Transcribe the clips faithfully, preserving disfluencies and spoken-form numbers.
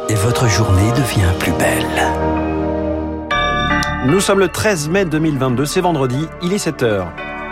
et votre journée devient plus belle. Nous sommes le treize mai deux mille vingt-deux, c'est vendredi, il est sept heures.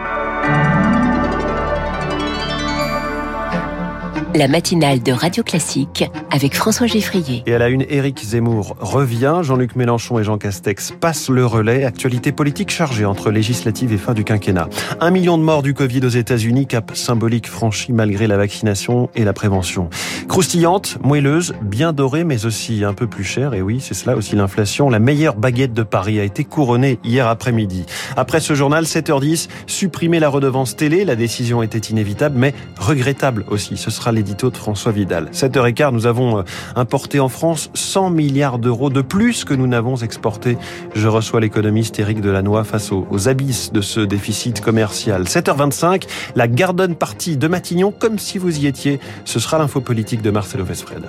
La matinale de Radio Classique avec François Geffrier. Et à la une, Éric Zemmour revient, Jean-Luc Mélenchon et Jean Castex passent le relais. Actualité politique chargée entre législatives et fin du quinquennat. Un million de morts du Covid aux États-Unis, cap symbolique franchi malgré la vaccination et la prévention. Croustillante, moelleuse, bien dorée, mais aussi un peu plus chère. Et oui, c'est cela aussi l'inflation. La meilleure baguette de Paris a été couronnée hier après-midi. Après ce journal, sept heures dix, supprimer la redevance télé. La décision était inévitable, mais regrettable aussi. Ce sera l'édito de François Vidal. sept heures quinze, nous avons importé en France cent milliards d'euros de plus que nous n'avons exporté. Je reçois l'économiste Éric Delannoy face aux, aux abysses de ce déficit commercial. sept heures vingt-cinq, la garden party de Matignon, comme si vous y étiez. Ce sera l'info politique de Marcelo Vesfred.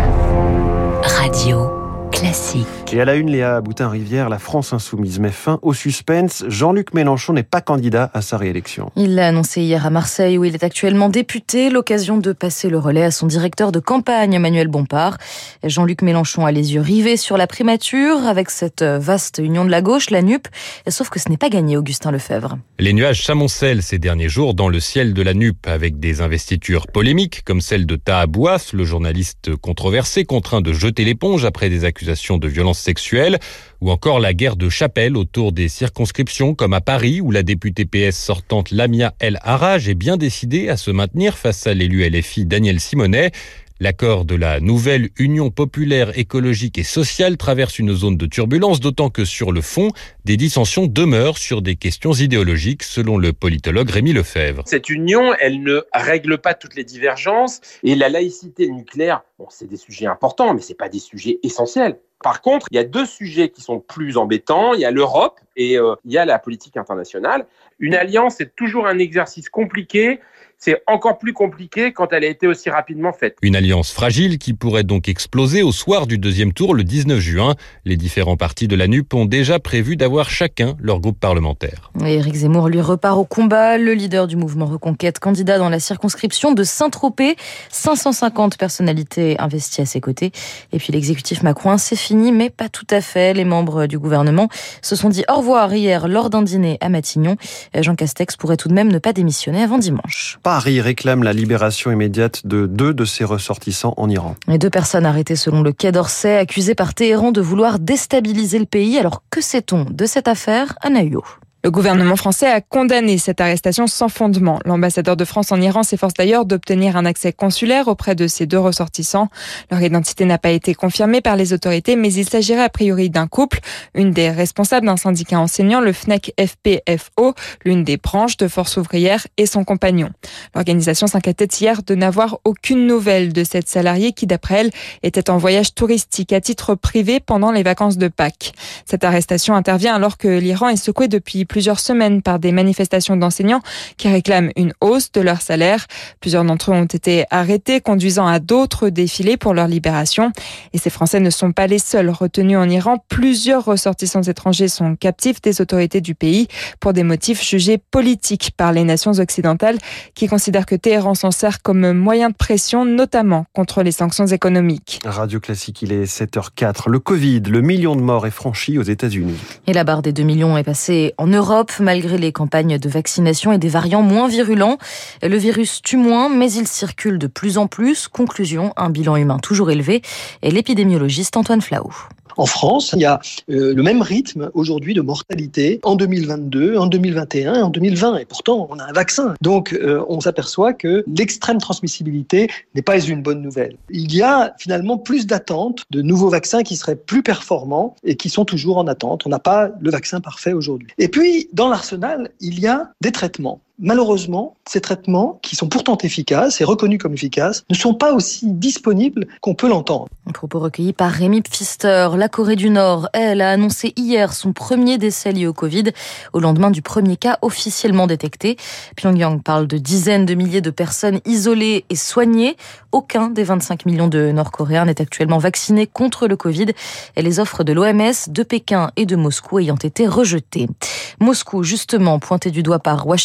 Radio Classique. Et à la une, Léa Boutin-Rivière, la France insoumise met fin au suspense. Jean-Luc Mélenchon n'est pas candidat à sa réélection. Il l'a annoncé hier à Marseille, où il est actuellement député. L'occasion de passer le relais à son directeur de campagne, Emmanuel Bompard. Jean-Luc Mélenchon a les yeux rivés sur la primature, avec cette vaste union de la gauche, la N U P. Sauf que ce n'est pas gagné, Augustin Lefebvre. Les nuages s'amoncellent ces derniers jours dans le ciel de la N U P, avec des investitures polémiques, comme celle de Taha Bouaf, le journaliste controversé, contraint de jeter l'éponge après des accusations de violence sexuelle, ou encore la guerre de chapelle autour des circonscriptions, comme à Paris, où la députée P S sortante Lamia El Harraj est bien décidée à se maintenir face à l'élu L F I Daniel Simonet. L'accord de la nouvelle Union populaire écologique et sociale traverse une zone de turbulence, d'autant que sur le fond, des dissensions demeurent sur des questions idéologiques, selon le politologue Rémi Lefebvre. Cette union, elle ne règle pas toutes les divergences, et la laïcité nucléaire, bon, c'est des sujets importants, mais c'est pas des sujets essentiels. Par contre, il y a deux sujets qui sont plus embêtants. Il y a l'Europe et euh, il y a la politique internationale. Une alliance est toujours un exercice compliqué. C'est encore plus compliqué quand elle a été aussi rapidement faite. Une alliance fragile qui pourrait donc exploser au soir du deuxième tour le dix-neuf juin. Les différents partis de la N U P ont déjà prévu d'avoir chacun leur groupe parlementaire. Et Éric Zemmour lui repart au combat. Le leader du mouvement Reconquête, candidat dans la circonscription de Saint-Tropez. cinq cent cinquante personnalités investies à ses côtés. Et puis l'exécutif Macron, c'est fini, mais pas tout à fait. Les membres du gouvernement se sont dit au revoir hier lors d'un dîner à Matignon. Jean Castex pourrait tout de même ne pas démissionner avant dimanche. Paris réclame la libération immédiate de deux de ses ressortissants en Iran. Les deux personnes arrêtées selon le Quai d'Orsay, accusées par Téhéran de vouloir déstabiliser le pays. Alors que sait-on de cette affaire, Anna Huot? Le gouvernement français a condamné cette arrestation sans fondement. L'ambassadeur de France en Iran s'efforce d'ailleurs d'obtenir un accès consulaire auprès de ces deux ressortissants. Leur identité n'a pas été confirmée par les autorités, mais il s'agirait a priori d'un couple. Une des responsables d'un syndicat enseignant, le F N E C F P F O, l'une des branches de Force ouvrière, et son compagnon. L'organisation s'inquiétait hier de n'avoir aucune nouvelle de cette salariée qui, d'après elle, était en voyage touristique à titre privé pendant les vacances de Pâques. Cette arrestation intervient alors que l'Iran est secoué depuis plusieurs semaines par des manifestations d'enseignants qui réclament une hausse de leur salaire. Plusieurs d'entre eux ont été arrêtés, conduisant à d'autres défilés pour leur libération. Et ces Français ne sont pas les seuls retenus en Iran. Plusieurs ressortissants étrangers sont captifs des autorités du pays pour des motifs jugés politiques par les nations occidentales qui considèrent que Téhéran s'en sert comme moyen de pression, notamment contre les sanctions économiques. Radio Classique, il est sept heures quatre. Le Covid, le million de morts est franchi aux États-Unis. Et la barre des deux millions est passée en Europe. Europe, malgré les campagnes de vaccination et des variants moins virulents. Le virus tue moins, mais il circule de plus en plus. Conclusion, un bilan humain toujours élevé. Et l'épidémiologiste Antoine Flahault. En France, il y a euh, le même rythme aujourd'hui de mortalité en deux mille vingt-deux, en deux mille vingt et un et en deux mille vingt. Et pourtant, on a un vaccin. Donc, euh, on s'aperçoit que l'extrême transmissibilité n'est pas une bonne nouvelle. Il y a finalement plus d'attentes de nouveaux vaccins qui seraient plus performants et qui sont toujours en attente. On n'a pas le vaccin parfait aujourd'hui. Et puis, dans l'arsenal, il y a des traitements. Malheureusement, ces traitements, qui sont pourtant efficaces et reconnus comme efficaces, ne sont pas aussi disponibles qu'on peut l'entendre. Un propos recueilli par Rémi Pfister. La Corée du Nord, elle, a annoncé hier son premier décès lié au Covid, au lendemain du premier cas officiellement détecté. Pyongyang parle de dizaines de milliers de personnes isolées et soignées. Aucun des vingt-cinq millions de Nord-Coréens n'est actuellement vacciné contre le Covid. Et les offres de l'O M S, de Pékin et de Moscou ayant été rejetées. Moscou, justement, pointé du doigt par Washington.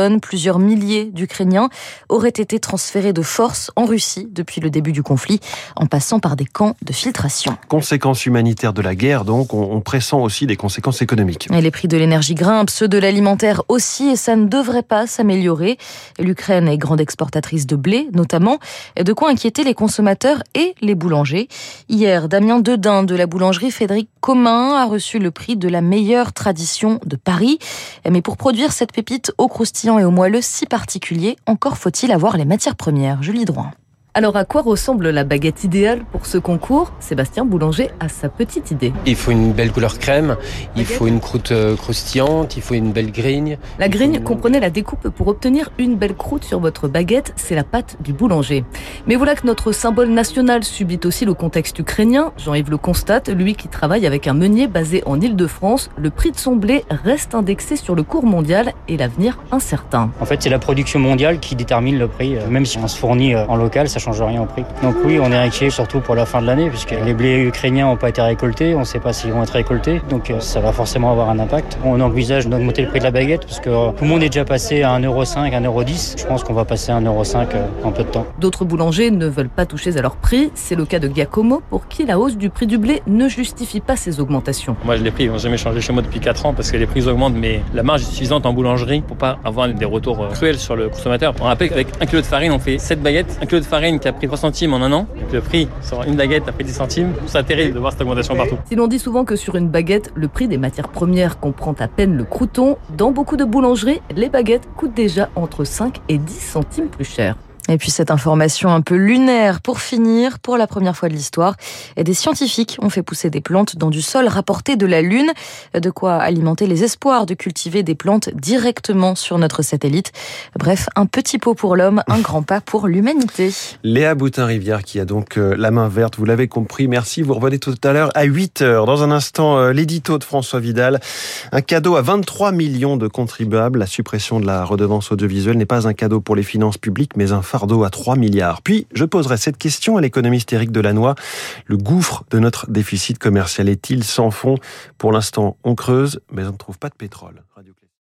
tonnes. Plusieurs milliers d'Ukrainiens auraient été transférés de force en Russie depuis le début du conflit, en passant par des camps de filtration. Conséquences humanitaires de la guerre, donc, on, on pressent aussi des conséquences économiques. Et les prix de l'énergie grimpent, ceux de l'alimentaire aussi, et ça ne devrait pas s'améliorer. L'Ukraine est grande exportatrice de blé, notamment, de quoi inquiéter les consommateurs et les boulangers. Hier, Damien Dedin de la boulangerie Frédéric Comin a reçu le prix de la meilleure tradition de Paris. Mais pour produire cette pépite au croustillant et au moelleux si particulier, encore faut-il avoir les matières premières. Julie Drouin. Alors à quoi ressemble la baguette idéale pour ce concours ? Sébastien Boulanger a sa petite idée. Il faut une belle couleur crème, il faut une croûte croustillante, il faut une belle grigne. La grigne, comprenez la découpe pour obtenir une belle croûte sur votre baguette, c'est la pâte du boulanger. Mais voilà que notre symbole national subit aussi le contexte ukrainien. Jean-Yves le constate, lui qui travaille avec un meunier basé en Île-de-France. Le prix de son blé reste indexé sur le cours mondial et l'avenir incertain. En fait, c'est la production mondiale qui détermine le prix. Même si on se fournit en local, ça change rien au prix. Donc oui, on est inquiet surtout pour la fin de l'année puisque les blés ukrainiens n'ont pas été récoltés, on ne sait pas s'ils vont être récoltés, donc ça va forcément avoir un impact. On envisage d'augmenter le prix de la baguette parce que tout le monde est déjà passé à un euro cinq, un euro dix. Je pense qu'on va passer à un euro cinq en peu de temps. D'autres boulangers ne veulent pas toucher à leur prix. C'est le cas de Giacomo pour qui la hausse du prix du blé ne justifie pas ces augmentations. Moi, les prix n'ont jamais changé chez moi depuis quatre ans parce que les prix augmentent, mais la marge est suffisante en boulangerie pour pas avoir des retours cruels sur le consommateur. On rappelle qu'avec un kilo de farine, on fait sept baguettes. Un kilo de farine qui a pris trois centimes en un an. Donc le prix sur une baguette a pris dix centimes. C'est terrible de voir cette augmentation partout. Si l'on dit souvent que sur une baguette, le prix des matières premières comprend à peine le crouton, dans beaucoup de boulangeries, les baguettes coûtent déjà entre cinq et dix centimes plus cher. Et puis cette information un peu lunaire pour finir, pour la première fois de l'histoire, des scientifiques ont fait pousser des plantes dans du sol rapporté de la Lune, de quoi alimenter les espoirs de cultiver des plantes directement sur notre satellite. Bref, un petit pot pour l'homme, un grand pas pour l'humanité. Léa Boutin-Rivière qui a donc la main verte, vous l'avez compris, merci. Vous revenez tout à l'heure à huit heures. Dans un instant, l'édito de François Vidal. Un cadeau à vingt-trois millions de contribuables. La suppression de la redevance audiovisuelle n'est pas un cadeau pour les finances publiques, mais un fardeau à trois milliards. Puis, je poserai cette question à l'économiste Éric Delannoy. Le gouffre de notre déficit commercial est-il sans fond ? Pour l'instant, on creuse, mais on ne trouve pas de pétrole. Radio